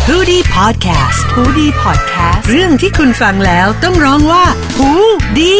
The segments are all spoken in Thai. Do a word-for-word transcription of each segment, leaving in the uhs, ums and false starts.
ฮูดี้พอดแคสต์ฮูดี้พอดแคสต์เรื่องที่คุณฟังแล้วต้องร้องว่าฮูดี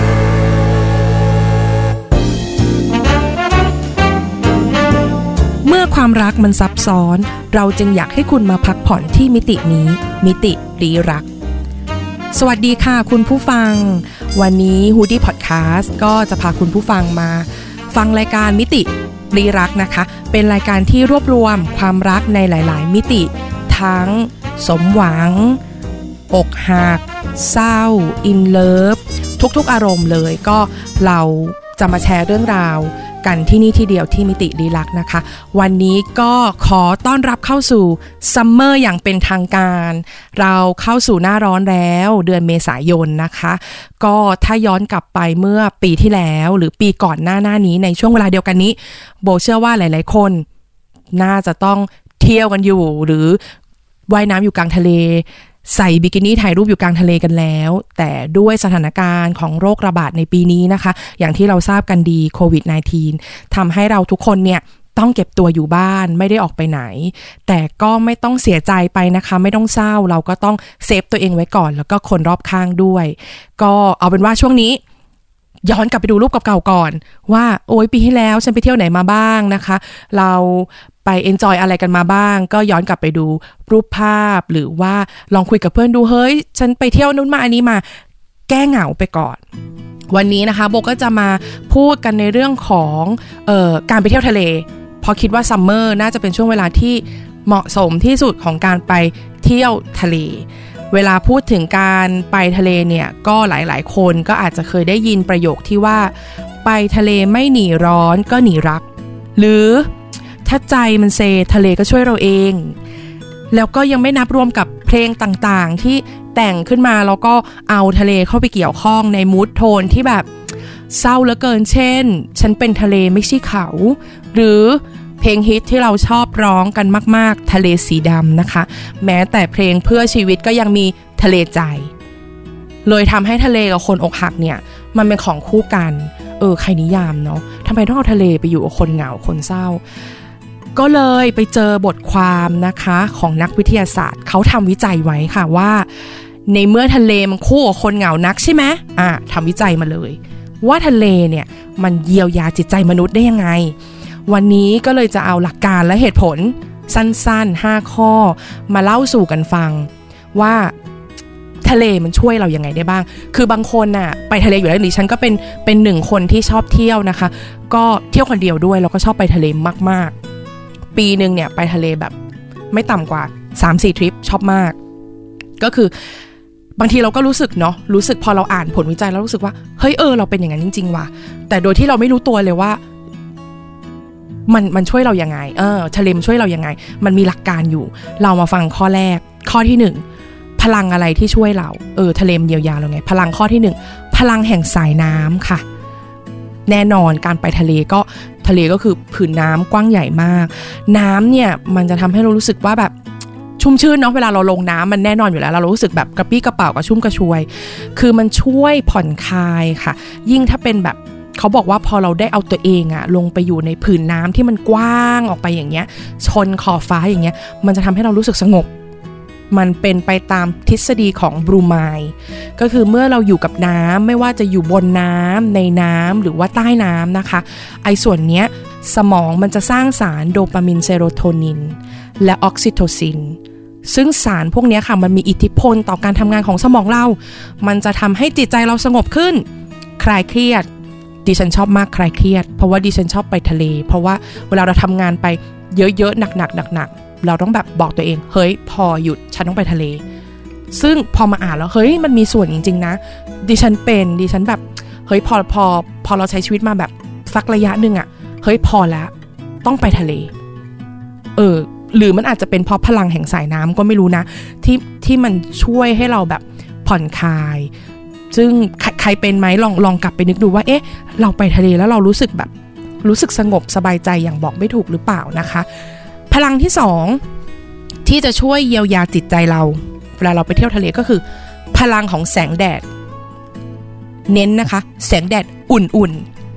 เมื่อความรักมันซับซ้อนเราจึงอยากให้คุณมาพักผ่อนที่มิตินี้มิติลี้รักสวัสดีค่ะคุณผู้ฟังวันนี้ Hoodie Podcast ก็จะพาคุณผู้ฟังมาฟังรายการมิติลี้รักนะคะเป็นรายการที่รวบรวมความรักในหลายๆมิติทั้งสมหวังอกหักเศร้าอินเลิฟทุกๆอารมณ์เลยก็เราจะมาแชร์เรื่องราวกันที่นี่ที่เดียวที่มิติลี้ลักนะคะวันนี้ก็ขอต้อนรับเข้าสู่ซัมเมอร์อย่างเป็นทางการเราเข้าสู่หน้าร้อนแล้วเดือนเมษายนนะคะก็ถ้าย้อนกลับไปเมื่อปีที่แล้วหรือปีก่อนหน้าหน้านี้ในช่วงเวลาเดียวกันนี้โบเชื่อว่าหลายๆคนน่าจะต้องเที่ยวกันอยู่หรือว่ายน้ำอยู่กลางทะเลใส่บิกินี่ถ่ายรูปอยู่กลางทะเลกันแล้วแต่ด้วยสถานการณ์ของโรคระบาดในปีนี้นะคะอย่างที่เราทราบกันดีโควิด สิบเก้า ทำให้เราทุกคนเนี่ยต้องเก็บตัวอยู่บ้านไม่ได้ออกไปไหนแต่ก็ไม่ต้องเสียใจไปนะคะไม่ต้องเศร้าเราก็ต้องเซฟตัวเองไว้ก่อนแล้วก็คนรอบข้างด้วยก็เอาเป็นว่าช่วงนี้ย้อนกลับไปดูรูปเก่าๆก่อนว่าโอ๊ยปีที่แล้วฉันไปเที่ยวไหนมาบ้างนะคะเราไปเอนจอยอะไรกันมาบ้างก็ย้อนกลับไปดูรูปภาพหรือว่าลองคุยกับเพื่อนดูเฮ้ยฉันไปเที่ยวนู้นมาอันนี้มาแก้เหงาไปก่อนวันนี้นะคะโบก็จะมาพูดกันในเรื่องของเอ่อการไปเที่ยวทะเลเพราะคิดว่าซัมเมอร์น่าจะเป็นช่วงเวลาที่เหมาะสมที่สุดของการไปเที่ยวทะเลเวลาพูดถึงการไปทะเลเนี่ยก็หลายๆคนก็อาจจะเคยได้ยินประโยคที่ว่าไปทะเลไม่หนีร้อนก็หนีรักหรือถ้าใจมันเซทะเลก็ช่วยเราเองแล้วก็ยังไม่นับรวมกับเพลงต่างๆที่แต่งขึ้นมาแล้วก็เอาทะเลเข้าไปเกี่ยวข้องในมูดโทนที่แบบเศร้าเหลือเกินเช่นฉันเป็นทะเลไม่ใช่เขาหรือเพลงฮิตที่เราชอบร้องกันมากๆทะเลสีดำนะคะแม้แต่เพลงเพื่อชีวิตก็ยังมีทะเลใจเลยทำให้ทะเลกับคนอกหักเนี่ยมันเป็นของคู่กันเออใครนิยามเนาะทำไมต้องเอาทะเลไปอยู่กับคนเหงาคนเศร้าก็เลยไปเจอบทความนะคะของนักวิทยาศาสตร์เขาทำวิจัยไว้ค่ะว่าในเมื่อทะเลมันคู่กับคนเหงานักใช่ไหมอ่ะทำวิจัยมาเลยว่าทะเลเนี่ยมันเยียวยาจิตใจมนุษย์ได้ยังไงวันนี้ก็เลยจะเอาหลักการและเหตุผลสั้นๆห้าข้อมาเล่าสู่กันฟังว่าทะเลมันช่วยเรายังไงได้บ้างคือบางคนน่ะไปทะเลอยู่แล้วดิฉันก็เป็นเป็นหนึ่งคนที่ชอบเที่ยวนะคะก็เที่ยวคนเดียวด้วยแล้วก็ชอบไปทะเลมากๆปีนึงเนี่ยไปทะเลแบบไม่ต่ำกว่า สามสี่ ทริปชอบมากก็คือบางทีเราก็รู้สึกเนาะรู้สึกพอเราอ่านผลวิจัยแล้วรู้สึกว่าเฮ้ยเออเราเป็นอย่างนั้นจริงๆว่ะแต่โดยที่เราไม่รู้ตัวเลยว่ามันมันช่วยเรายังไงเออทะเลมันช่วยเรายังไงมันมีหลักการอยู่เรามาฟังข้อแรกข้อที่หนึ่งพลังอะไรที่ช่วยเราเออทะเลมันเยียวยาเราไงพลังข้อที่หนึ่งพลังแห่งสายน้ำค่ะแน่นอนการไปทะเลก็ทะเลก็คือผืนน้ำกว้างใหญ่มากน้ำเนี่ยมันจะทำให้เรารู้สึกว่าแบบชุ่มชื่นเนาะเวลาเราลงน้ำมันแน่นอนอยู่แล้วเรารู้สึกแบบกระปี้กระเป๋ากระชุ่มกระชวยคือมันช่วยผ่อนคลายค่ะยิ่งถ้าเป็นแบบเขาบอกว่าพอเราได้เอาตัวเองอะลงไปอยู่ในผืนน้ำที่มันกว้างออกไปอย่างเงี้ยชนขอบฟ้าอย่างเงี้ยมันจะทำให้เรารู้สึกสงบมันเป็นไปตามทฤษฎีของบรูไมล์ก็คือเมื่อเราอยู่กับน้ำไม่ว่าจะอยู่บนน้ำในน้ำหรือว่าใต้น้ำนะคะไอ้ส่วนเนี้ยสมองมันจะสร้างสารโดปามินเซโรโทนินและออกซิโทซินซึ่งสารพวกนี้ค่ะมันมีอิทธิพลต่อการทำงานของสมองเรามันจะทำให้จิตใจเราสงบขึ้นคลายเครียดดิฉันชอบมากคลายเครียดเพราะว่าดิฉันชอบไปทะเลเพราะว่าเวลาเราทำงานไปเยอะๆหนักๆหนักๆเราต้องแบบบอกตัวเองเฮ้ยพอหยุดฉันต้องไปทะเลซึ่งพอมาอ่านแล้วเฮ้ยมันมีส่วนจริงๆนะดิฉันเป็นดิฉันแบบเฮ้ยพอพอพอเราใช้ชีวิตมาแบบสักระยะนึงอ่ะเฮ้ยพอแล้วต้องไปทะเลเออหรือมันอาจจะเป็นเพราะพลังแห่งสายน้ำก็ไม่รู้นะที่ที่มันช่วยให้เราแบบผ่อนคลายซึ่งใครเป็นไหมลองลองกลับไปนึกดูว่าเอ๊ะเราไปทะเลแล้วเรารู้สึกแบบรู้สึกสงบสบายใจอย่างบอกไม่ถูกหรือเปล่านะคะพลังที่สองที่จะช่วยเยียวยาจิตใจเราเวลาเราไปเที่ยวทะเลก็คือพลังของแสงแดดเน้นนะคะแสงแดดอุ่นๆพ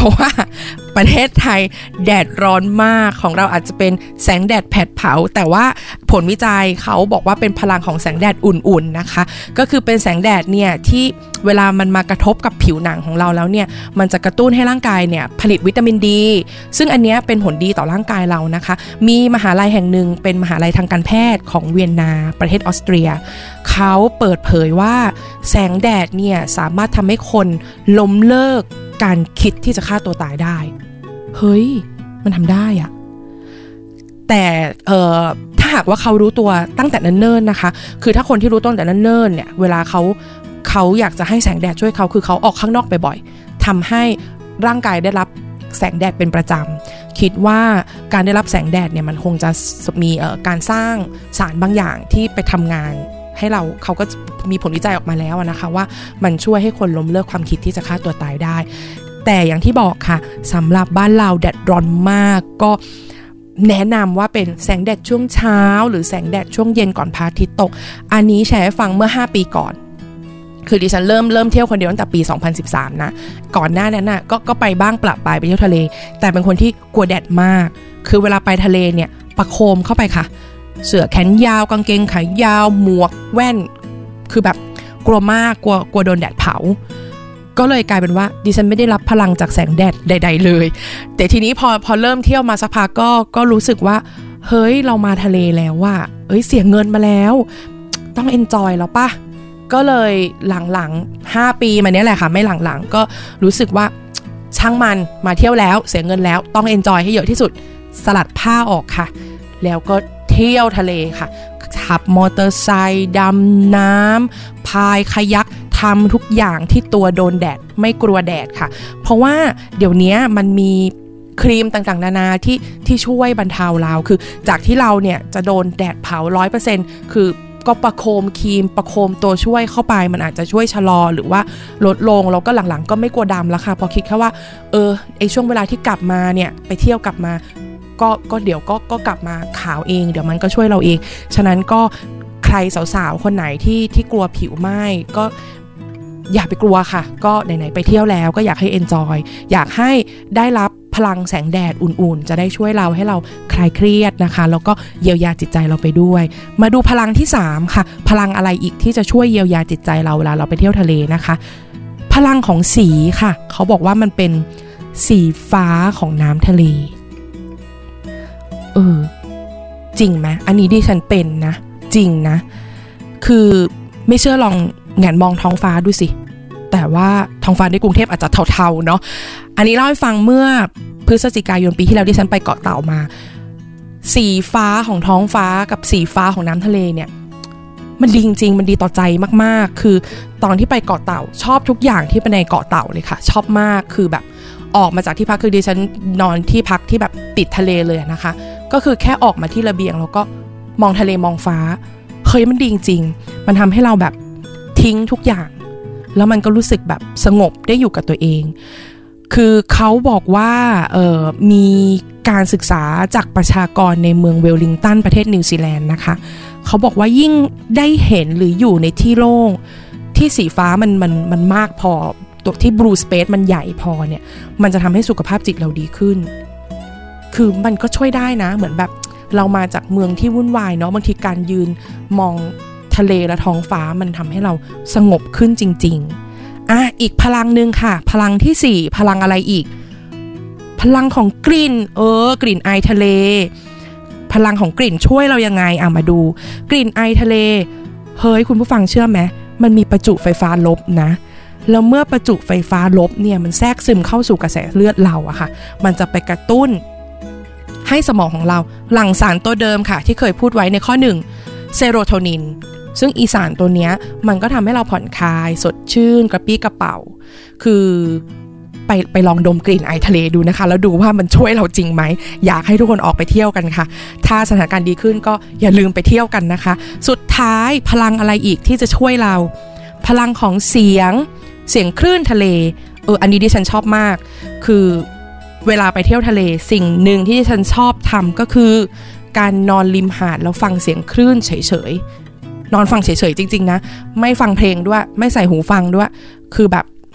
ราะว่าประเทศไทยแดดร้อนมากของเราอาจจะเป็นแสงแดดแผดเผาแต่ว่าผลวิจัยเขาบอกว่าเป็นพลังของแสงแดดอุ่นๆนะคะก็คือเป็นแสงแดดเนี่ยที่เวลามันมากระทบกับผิวหนังของเราแล้วเนี่ยมันจะกระตุ้นให้ร่างกายเนี่ยผลิตวิตามินดีซึ่งอันนี้เป็นผลดีต่อร่างกายเรานะคะมีมหาลัยแห่งหนึ่งเป็นมหาลัยทางการแพทย์ของเวียนนาประเทศออสเตรียเขาเปิดเผยว่าแสงแดดเนี่ยสามารถทำให้คนล้มเลิกการคิดที่จะฆ่าตัวตายได้เฮ้ยมันทำได้อะแต่เอ่อถ้าหากว่าเขารู้ตัวตั้งแต่เนิ่นๆนะคะคือถ้าคนที่รู้ตั้งแต่เนิ่นๆเนี่ยเวลาเขาเขาอยากจะให้แสงแดดช่วยเขาคือเขาออกข้างนอกบ่อยๆทำให้ร่างกายได้รับแสงแดดเป็นประจำคิดว่าการได้รับแสงแดดเนี่ยมันคงจะมีเอ่อการสร้างสารบางอย่างที่ไปทำงานให้เราเขาก็มีผลวิจัยออกมาแล้วนะคะว่ามันช่วยให้คนล้มเลิกความคิดที่จะฆ่าตัวตายได้แต่อย่างที่บอกค่ะสำหรับบ้านเราแดดร้อนมากก็แนะนำว่าเป็นแสงแดดช่วงเช้าหรือแสงแดดช่วงเย็นก่อนพระอาทิตย์ตกอันนี้แชร์ให้ฟังเมื่อห้าปีก่อนคือดิฉันเริ่มเริ่มเที่ยวคนเดียวตั้งแต่ปีสองพันสิบสามนะก่อนหน้านั้นน่ะก็ก็ไปบ้างปรับไปไปเที่ยวทะเลแต่เป็นคนที่กลัวแดดมากคือเวลาไปทะเลเนี่ยประโคมเข้าไปค่ะเสื้อแขนยาวกางเกงขายาวหมวกแว่นคือแบบกลัวมากกลัวกลัวโดนแดดเผาก็เลยกลายเป็นว่าดิฉันไม่ได้รับพลังจากแสงแดดใดๆเลยแต่ทีนี้พอพอเริ่มเที่ยวมาสักพักก็ก็รู้สึกว่าเฮ้ยเรามาทะเลแล้วว่าเอ้ยเสียเงินมาแล้วต้องเอนจอยแล้วป่ะก็เลยหลังๆห้าปีมาเนี้ยแหละค่ะไม่หลังๆก็รู้สึกว่าช่างมันมาเที่ยวแล้วเสียเงินแล้วต้องเอนจอยให้เยอะที่สุดสลัดผ้าออกค่ะแล้วก็เที่ยวทะเลค่ะขับมอเตอร์ไซค์ดำน้ำพายคายักทำทุกอย่างที่ตัวโดนแดดไม่กลัวแดดค่ะเพราะว่าเดี๋ยวนี้มันมีครีมต่างๆนานาที่ที่ช่วยบรรเทาเราคือจากที่เราเนี่ยจะโดนแดดเผา ร้อยเปอร์เซ็นต์ คือก็ประโคมครีมประโคมตัวช่วยเข้าไปมันอาจจะช่วยชะลอหรือว่าลดลงแล้วก็หลังๆก็ไม่กลัวดำแล้วค่ะพอคิดแค่ว่าเออไอช่วงเวลาที่กลับมาเนี่ยไปเที่ยวกลับมาก็ก็เดี๋ยวก็ก็กลับมาขาวเองเดี๋ยวมันก็ช่วยเราเองฉะนั้นก็ใครสาวๆคนไหนที่ที่กลัวผิวไหม้ก็อย่าไปกลัวค่ะก็ไหนๆไปเที่ยวแล้วก็อยากให้เอนจอยอยากให้ได้รับพลังแสงแดดอุ่นๆจะได้ช่วยเราให้เราคลายเครียดนะคะแล้วก็เยียวยาจิตใจเราไปด้วยมาดูพลังที่สามค่ะพลังอะไรอีกที่จะช่วยเยียวยาจิตใจเราเวลาเราไปเที่ยวทะเลนะคะพลังของสีค่ะเขาบอกว่ามันเป็นสีฟ้าของน้ำทะเลเออจริงไหมอันนี้ดิฉันเป็นนะจริงนะคือไม่เชื่อลองแงนมองท้องฟ้าดูสิแต่ว่าท้องฟ้าในกรุงเทพอาจจะเทาๆเนาะอันนี้เล่าให้ฟังเมื่อพฤศจิกายนปีที่แล้วดิฉันไปเกาะเต่ามาสีฟ้าของท้องฟ้ากับสีฟ้าของน้ำทะเลเนี่ยมันดีจริงๆมันดีต่อใจมากๆคือตอนที่ไปเกาะเต่าชอบทุกอย่างที่เป็นในเกาะเต่าเลยค่ะชอบมากคือแบบออกมาจากที่พักคือดิฉันนอนที่พักที่แบบติดทะเลเลยนะคะก็คือแค่ออกมาที่ระเบียงแล้วก็มองทะเลมองฟ้าเฮ้ยมันดีจริงๆมันทำให้เราแบบทิ้งทุกอย่างแล้วมันก็รู้สึกแบบสงบได้อยู่กับตัวเองคือเขาบอกว่าเอ่อมีการศึกษาจากประชากรในเมืองเวลลิงตันประเทศนิวซีแลนด์นะคะเขาบอกว่ายิ่งได้เห็นหรืออยู่ในที่โล่งที่สีฟ้ามันมันมันมากพอตัวที่บลูสเปซมันใหญ่พอเนี่ยมันจะทำให้สุขภาพจิตเราดีขึ้นคือมันก็ช่วยได้นะเหมือนแบบเรามาจากเมืองที่วุ่นวายเนาะบางทีการยืนมองทะเลและท้องฟ้ามันทำให้เราสงบขึ้นจริงๆอ่ะอีกพลังนึงค่ะพลังที่สี่พลังอะไรอีกพลังของกลิ่นเออกลิ่นไอทะเลพลังของกลิ่นช่วยเรายังไงอ่ะมาดูกลิ่นไอทะเลเฮ้ยคุณผู้ฟังเชื่อไหมมันมีประจุไฟฟ้าลบนะแล้วเมื่อประจุไฟฟ้าลบเนี่ยมันแทรกซึมเข้าสู่กระแสเลือดเราอะค่ะมันจะไปกระตุ้นให้สมองของเราหลั่งสารตัวเดิมค่ะที่เคยพูดไว้ในข้อหนึ่งเซโรโทนินซึ่งอีสารตัวเนี้ยมันก็ทำให้เราผ่อนคลายสดชื่นกระปี้กระเป๋าคือไปไปลองดมกลิ่นไอทะเลดูนะคะแล้วดูว่ามันช่วยเราจริงไหมอยากให้ทุกคนออกไปเที่ยวกันค่ะถ้าสถานการณ์ดีขึ้นก็อย่าลืมไปเที่ยวกันนะคะสุดท้ายพลังอะไรอีกที่จะช่วยเราพลังของเสียงเสียงคลื่นทะเลเอออันนี้ดิฉันชอบมากคือเวลาไปเที่ยวทะเลสิ่งหนึ่งที่ดิฉันชอบทำก็คือการนอนริมหาดแล้วฟังเสียงคลื่นเฉยๆนอนฟังเฉยๆจริงๆนะไม่ฟังเพลงด้วยไม่ใส่หูฟังด้วยคือแบบ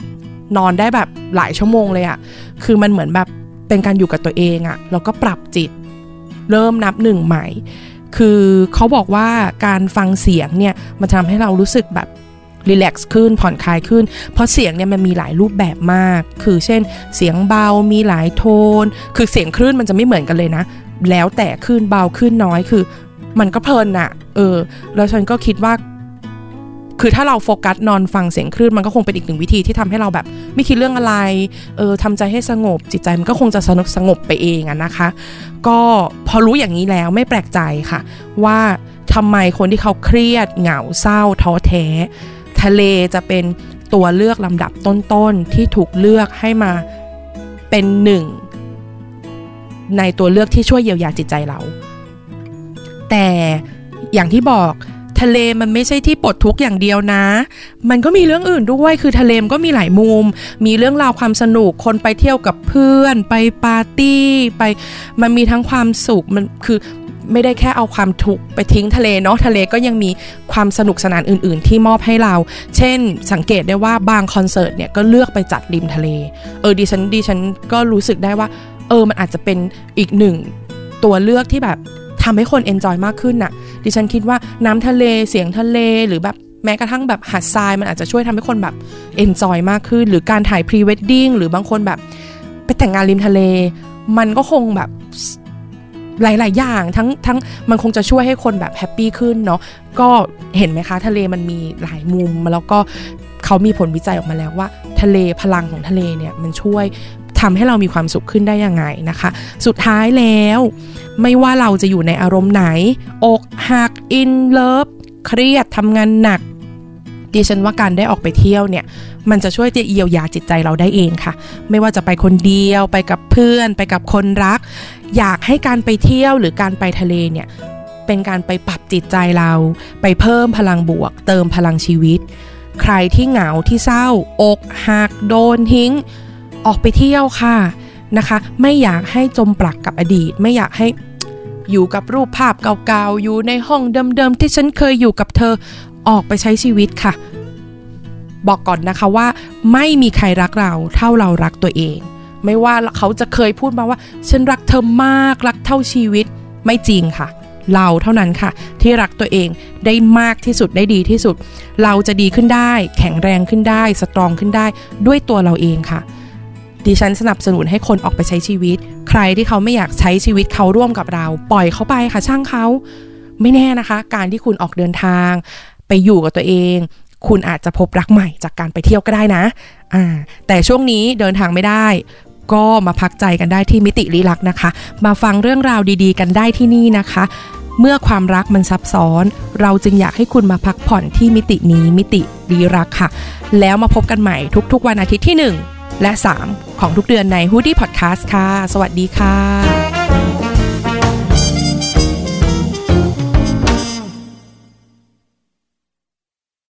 นอนได้แบบหลายชั่วโมงเลยอะคือมันเหมือนแบบเป็นการอยู่กับตัวเองอะแล้วก็ปรับจิตเริ่มนับหนึ่งใหม่คือเขาบอกว่าการฟังเสียงเนี่ยมันทำให้เรารู้สึกแบบรีแลกซ์ขึ้นผ่อนคลายขึ้นเพราะเสียงเนี่ยมันมีหลายรูปแบบมากคือเช่นเสียงเบามีหลายโทนคือเสียงคลื่นมันจะไม่เหมือนกันเลยนะแล้วแต่คลื่นเบาคลื่นน้อยคือมันก็เพลินอะเออแล้วฉันก็คิดว่าคือถ้าเราโฟกัสนอนฟังเสียงคลื่นมันก็คงเป็นอีกหนึ่งวิธีที่ทำให้เราแบบไม่คิดเรื่องอะไรเออทำใจให้สงบจิตใจมันก็คงจะสงบสงบไปเองอะนะคะก็พอรู้อย่างนี้แล้วไม่แปลกใจค่ะว่าทำไมคนที่เขาเครียดเหงาเศร้าท้อแท้ทะเลจะเป็นตัวเลือกลำดับต้นๆที่ถูกเลือกให้มาเป็นหนึ่งในตัวเลือกที่ช่วยเยียวยาจิตใจเราแต่อย่างที่บอกทะเลมันไม่ใช่ที่ปลดทุกข์อย่างเดียวนะมันก็มีเรื่องอื่นด้วยคือทะเลมันก็มีหลายมุมมีเรื่องราวความสนุกคนไปเที่ยวกับเพื่อนไปปาร์ตี้ไปมันมีทั้งความสุขมันคือไม่ได้แค่เอาความทุกข์ไปทิ้งทะเลเนาะทะเลก็ยังมีความสนุกสนานอื่นๆที่มอบให้เราเช่นสังเกตได้ว่าบางคอนเสิร์ตเนี่ยก็เลือกไปจัดริมทะเลเออดิฉันดิฉันก็รู้สึกได้ว่าเออมันอาจจะเป็นอีกหนึ่งตัวเลือกที่แบบทำให้คนเอนจอยมากขึ้นน่ะดิฉันคิดว่าน้ำทะเลเสียงทะเลหรือแบบแม้กระทั่งแบบหาดทรายมันอาจจะช่วยทำให้คนแบบเอนจอยมากขึ้นหรือการถ่ายพรีเวดดิ้งหรือบางคนแบบไปแต่งงานริมทะเลมันก็คงแบบหลายๆอย่างทั้งทั้งมันคงจะช่วยให้คนแบบแฮปปี้ขึ้นเนาะก็เห็นไหมคะทะเลมันมีหลายมุมแล้วก็เขามีผลวิจัยออกมาแล้วว่าทะเลพลังของทะเลเนี่ยมันช่วยทำให้เรามีความสุขขึ้นได้ยังไงนะคะสุดท้ายแล้วไม่ว่าเราจะอยู่ในอารมณ์ไหนอกหักอินเลิฟเครียดทำงานหนักดิฉันว่าการได้ออกไปเที่ยวเนี่ยมันจะช่วยจะเยียวยาจิตใจเราได้เองค่ะไม่ว่าจะไปคนเดียวไปกับเพื่อนไปกับคนรักอยากให้การไปเที่ยวหรือการไปทะเลเนี่ยเป็นการไปปรับจิตใจเราไปเพิ่มพลังบวกเติมพลังชีวิตใครที่เหงาที่เศร้าอกหักโดนทิ้งออกไปเที่ยวค่ะนะคะไม่อยากให้จมปลักกับอดีตไม่อยากให้อยู่กับรูปภาพเก่าๆอยู่ในห้องเดิมๆที่ฉันเคยอยู่กับเธอออกไปใช้ชีวิตค่ะบอกก่อนนะคะว่าไม่มีใครรักเราเท่าเรารักตัวเองไม่ว่าเขาจะเคยพูดมาว่าฉันรักเธอมากรักเท่าชีวิตไม่จริงค่ะเราเท่านั้นค่ะที่รักตัวเองได้มากที่สุดได้ดีที่สุดเราจะดีขึ้นได้แข็งแรงขึ้นได้สตรองขึ้นได้ด้วยตัวเราเองค่ะดิฉันสนับสนุนให้คนออกไปใช้ชีวิตใครที่เขาไม่อยากใช้ชีวิตเขาร่วมกับเราปล่อยเขาไปค่ะช่างเขาไม่แน่นะคะการที่คุณออกเดินทางไปอยู่กับตัวเองคุณอาจจะพบรักใหม่จากการไปเที่ยวก็ได้นะอ่าแต่ช่วงนี้เดินทางไม่ได้ก็มาพักใจกันได้ที่มิติลี้ลับนะคะมาฟังเรื่องราวดีๆกันได้ที่นี่นะคะเมื่อความรักมันซับซ้อนเราจึงอยากให้คุณมาพักผ่อนที่มิตินี้มิติลี้ลับค่ะแล้วมาพบกันใหม่ทุกๆวันอาทิตย์ที่หนึ่งและสามของทุกเดือนใน Hoodie Podcast ค่ะสวัสดีค่ะ